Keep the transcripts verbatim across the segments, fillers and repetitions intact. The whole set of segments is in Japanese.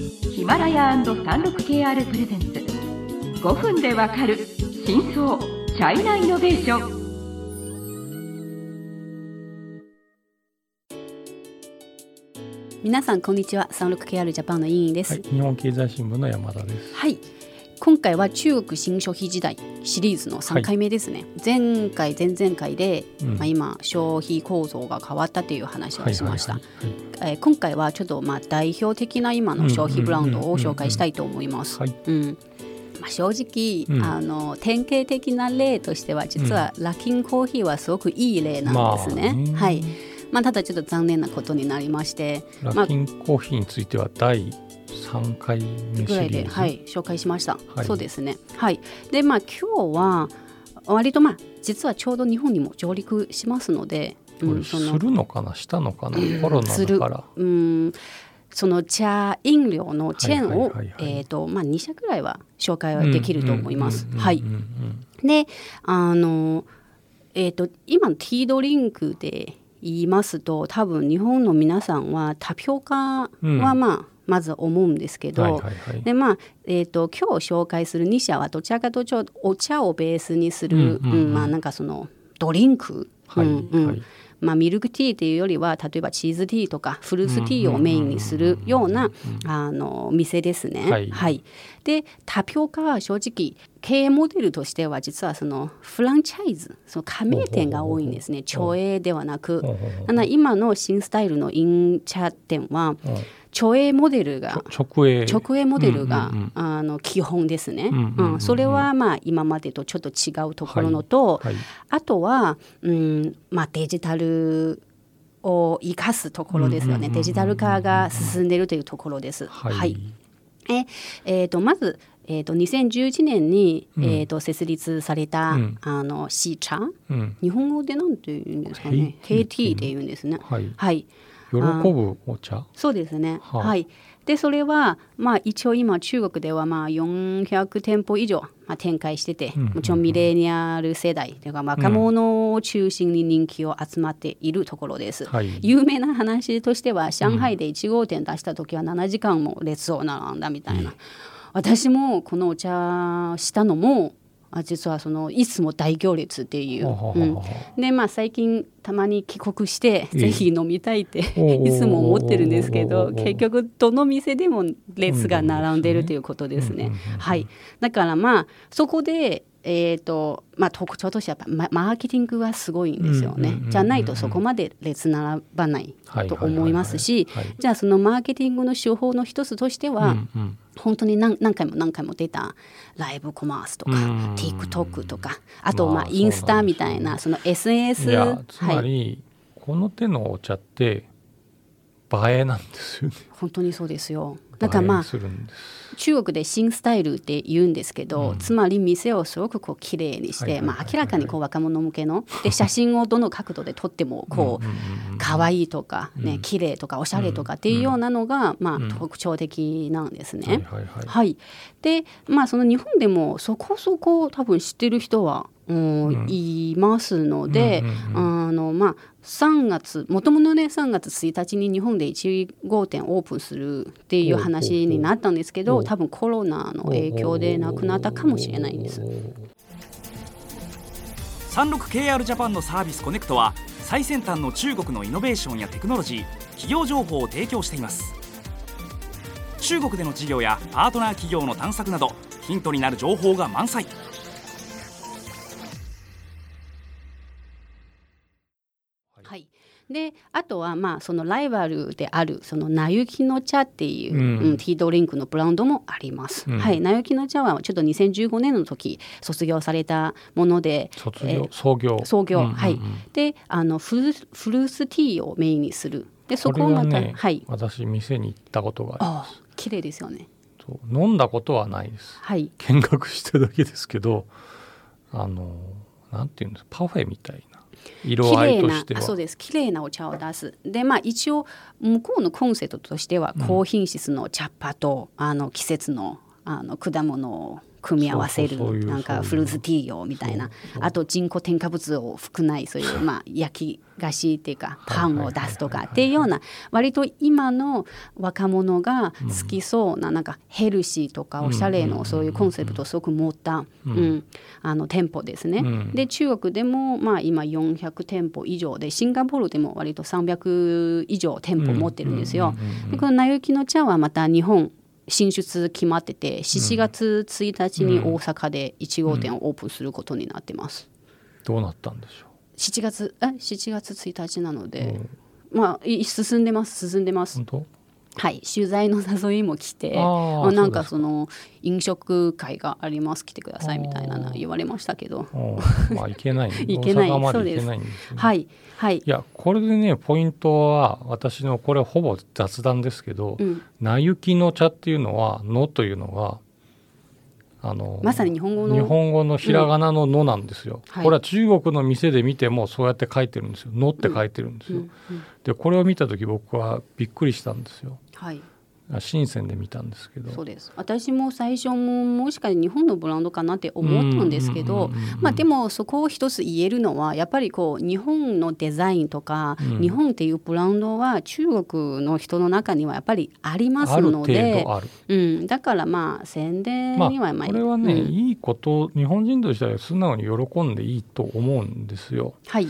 ヒマラヤ &さんじゅうろくケーアール プレゼンツごふんでわかる真相チャイナイノベーション。 皆さんこんにちは。 さんじゅうろくケーアール ジャパンの委員です、 はい、日本経済新聞の山田です。 はい、今回は中国新消費時代シリーズのさんかいめですね、はい、前回前々回で、うんまあ、今消費構造が変わったという話をしました。今回はちょっとまあ代表的な今の消費ブランドを紹介したいと思います。正直、うん、あの典型的な例としては実はラキンコーヒーはすごくいい例なんですね、まあねはいまあ、ただちょっと残念なことになりまして、 ラキンコーヒーについてはだいさんかいめぐらいで、 はい、紹介しました、はい、そうですね、はいでまあ、今日は割と、まあ、実はちょうど日本にも上陸しますので、 うん、そのするのかなしたのかな、うん、コロナだからうんその茶飲料のチェーンをえとまあに社くらいは紹介はできると思います。はいであのえーと今のティードリンクで言いますと多分日本の皆さんはタピオカはまあ、うん、まず思うんですけど、はいはいはいでまあえー、と今日紹介するに社はどちらかというとお茶をベースにする、うんうんうんまあ、なんかそのドリンク、はいうんうんはいまあ、ミルクティーというよりは例えばチーズティーとかフルーツティーをメインにするようなあの店ですね、はいはい、でタピオカは正直経営モデルとしては実はそのフランチャイズその加盟店が多いんですね。直営ではなく今の新スタイルの飲茶店は直営モデルが直営直営モデルが、うんうんうん、あの基本ですね、うんうんうんうん、それはまあ今までとちょっと違うところのと、はいはい、あとは、うんまあ、デジタルを生かすところですよね、うんうんうんうん、デジタル化が進んでいるというところです、はいはいええー、とまずえー、とにせんじゅういちねんに、うんえー、と設立された、うん、あのシー茶、うん、日本語で何て言うんですかね、ヘイティーで言うんですね、はいはい、 喜ぶお茶そうですね、はあ、はいでそれは、まあ、一応今中国ではまあよんひゃくてんぽ以上、まあ、展開してて、うんうんうん、もちろんミレニアル世代というか若者を中心に人気を集まっているところです、うんはい、有名な話としては上海でいち号店出した時はななじかんも列を並んだみたいな、うん私もこのお茶したのも実はそのいつも大行列っていう、うん、でまあ最近たまに帰国してぜひ飲みたいっていつも思ってるんですけど結局どの店でも列が並んでるということですね、はいだからまあそこでえーとまあ、特徴としてはやっぱマーケティングはすごいんですよね、うんうんうんうん、じゃないとそこまで列並ばないと思いますし、はいはいはいはい、じゃあそのマーケティングの手法の一つとしては、うんうん、本当に 何, 何回も何回も出たライブコマースとか TikTok とかあとまあインスタみたいなその エスエヌエスいやつまり、はい、この手のお茶って映えなんですよね。 本当にそうですよ。なんかまあ中国で新スタイルって言うんですけど、うん、つまり店をすごくこう綺麗にして、まあ、明らかにこう若者向けので写真をどの角度で撮ってもこう可愛いとかね綺麗とかおしゃれとかっていうようなのがまあ特徴的なんですね。はい。でまあその日本でもそこそこ多分知ってる人はうん、いますので、うんうんうん、あのまあさんがつもともとねさんがつついたちに日本でいち号店オープンするっていう話になったんですけど多分コロナの影響でなくなったかもしれないんです。 さんじゅうろくケーアール ジャパンのサービスコネクトは最先端の中国のイノベーションやテクノロジー企業情報を提供しています。中国での事業やパートナー企業の探索などヒントになる情報が満載。 はい、であとはまあそのライバルであるそのなゆきの茶っていう、うんうん、ティードリンクのブランドもあります、うんはい、なゆきの茶はちょっとにせんじゅうごねんの時卒業されたもので卒業、えー、創業創業、うんうんうん、はいであのフル、フルーツティーをメインにするでそこをまた、 これはねはい、 私店に行ったことがあります。 綺麗ですよね。 そう飲んだことはないです、はい、見学しただけですけどあのなんていうんですパフェみたいな色合いとしてはそうです綺麗なお茶を出すで、まあ、一応向こうのコンセプトとしては高品質の茶葉と、うん、あの季節のあの果物を組み合わせるなんかフルーツティーをみたいな、あと人工添加物を含ないそういうまあ焼き菓子っていうかパンを出すとかっていうような割と今の若者が好きそうななんかヘルシーとかおしゃれのそういうコンセプトをすごく持った、うん、あの店舗ですね。で中国でもまあ今よんひゃく店舗以上でシンガポールでも割とさんびゃく以上店舗持ってるんですよ。でこのなゆきの茶はまた日本進出決まっててしちがつついたちに大阪でいち号店をオープンすることになってます、 うん、どうなったんでしょう。しちがつえしちがつついたちなので、うん、まあ進んでます進んでます。 本当？ はい、取材の誘いも来て、ああなんかその飲食会があります来てくださいみたいなの言われましたけど、 まあいけないいけない大阪までいけないんですよね。 はいはい。いやこれでねポイントは私のこれほぼ雑談ですけど、うん、なゆきの茶っていうのはのというのがあのまさに日本語の日本語のひらがなののなんですよ、うんはい、これは中国の店で見てもそうやって書いてるんですよ。のって書いてるんですよ、うんうんうん、でこれを見た時僕はびっくりしたんですよ。 はい深センで見たんですけど。 そうです。私も最初ももしかして日本のブランドかなって思ったんですけど、まあでもそこを一つ言えるのはやっぱりこう日本のデザインとか、うん、日本っていうブランドは中国の人の中にはやっぱりありますので、 ある程度ある、 うん、だからまあ宣伝にはまあこれはね、うん、いいこと日本人としては素直に喜んでいいと思うんですよ。 はい。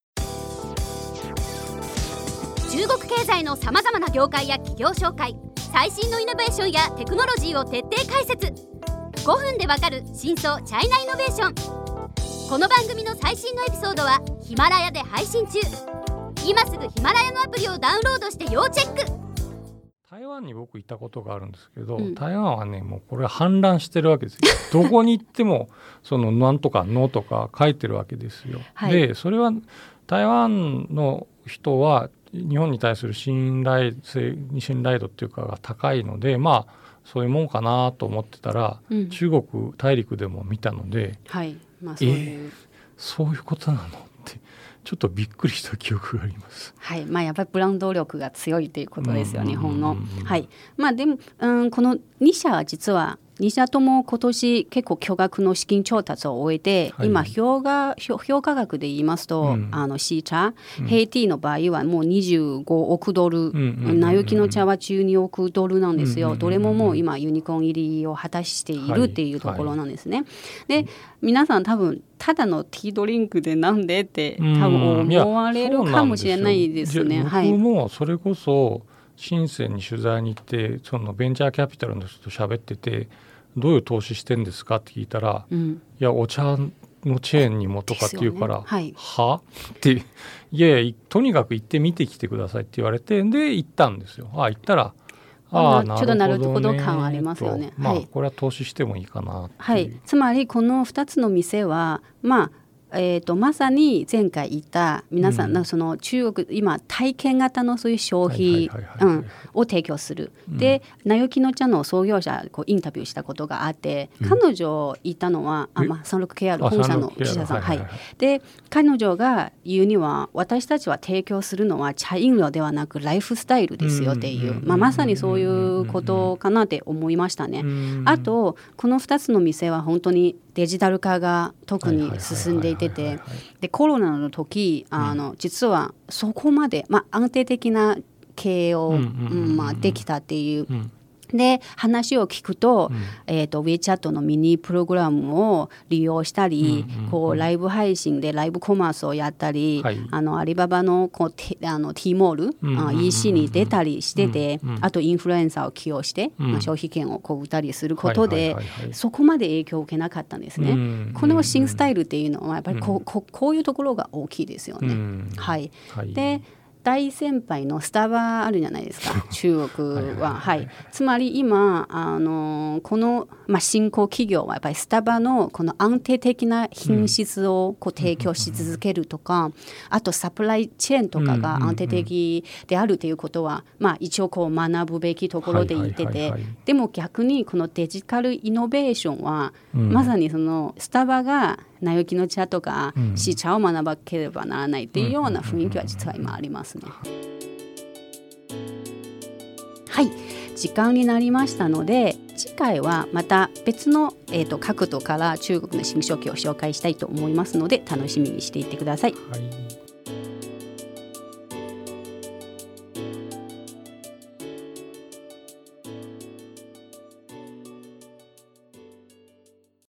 中国経済のさまざまな業界や企業紹介、最新のイノベーションやテクノロジーを徹底解説。ごふんでわかる真相チャイナイノベーション。この番組の最新のエピソードはヒマラヤで配信中。今すぐヒマラヤのアプリをダウンロードして要チェック。 台湾に僕行ったことがあるんですけど、うん、台湾はねもうこれは氾濫してるわけですよ。どこに行ってもそのなんとかのとか書いてるわけですよ、はい、でそれは台湾の人は日本に対する信頼性信頼度っていうかが高いので、まあそういうもんかなと思ってたら、うん、中国大陸でも見たので、 はいまあ、そういう、 えー、そういうことなのってちょっとびっくりした記憶があります。 はい、まあやっぱりブランド力が強いということですよ、日本の。はい、まあでも、うん、このに社は実はに社とも今年結構巨額の資金調達を終えて、はい、今評価、評価額で言いますと、うん、あの C 茶、うん、ヘイティーの場合はもうにじゅうごおくドル、なゆきの茶はじゅうにおくドルなんですよ、うん、どれももう今ユニコーン入りを果たしているっていうところなんですね、はいはい、で皆さん多分ただのティードリンクでなんでって多分思われるかもしれないですね。 僕もそれこそ深センに取材に行ってそのベンチャーキャピタルの人と喋ってて、どういう投資してんですかって聞いたら、うん、いやお茶のチェーンにもとかって言うから、ねはい、はっていやいやとにかく行って見てきてくださいって言われて、で行ったんですよ。あ行ったらあちょっとなるほど感ありますよね。 まあ、これは投資してもいいかなっていう、 はい、つまりこのふたつの店はまあえー、とまさに前回言った皆さん、うん、その中国今体験型のそういう消費を提供する、うん、でなゆきの茶の創業者こうインタビューしたことがあって、うん、彼女言ったのはあ、まあ、さんじゅうろくケーアール 本社の記者さん、はい、で彼女が言うには私たちは提供するのは茶飲料ではなくライフスタイルですよっていう、まあ、まさにそういうことかなって思いましたね。あとこのふたつの店は本当にデジタル化が特に進んでいてて、でコロナの時あの、うん、実はそこまで、まあ、安定的な経営を、うんうんまあ、できたっていう、うんで話を聞くと、うんえー、と WeChat のミニプログラムを利用したり、うんうんうん、こうライブ配信でライブコマースをやったり、はい、あのアリババのこうテあの T モール、うんうんうん、イーシー に出たりしてて、うんうん、あとインフルエンサーを起用して、うんまあ、消費権をこう売ったりすることで、はいはいはいはい、そこまで影響を受けなかったんですね、うんうんうん、この新スタイルっていうのはやっぱり こ,、うん、こ, こういうところが大きいですよね、うんはいはい、で大先輩のスタバあるじゃないですか中国は、はいはいはいはい、つまり今あのこの、まあ、新興企業はやっぱりスタバのこの安定的な品質をこう提供し続けるとか、うん、あとサプライチェーンとかが安定的であるということは、まあ、一応こう学ぶべきところで言ってて、はいはいはいはい、でも逆にこのデジタルイノベーションは、うん、まさにそのスタバがなゆきの茶とかし茶を学ばければならないっていうような雰囲気は実は今ありますね。はい時間になりましたので、次回はまた別の、えーと、角度から中国の新書記を紹介したいと思いますので、楽しみにしていてください。 はい。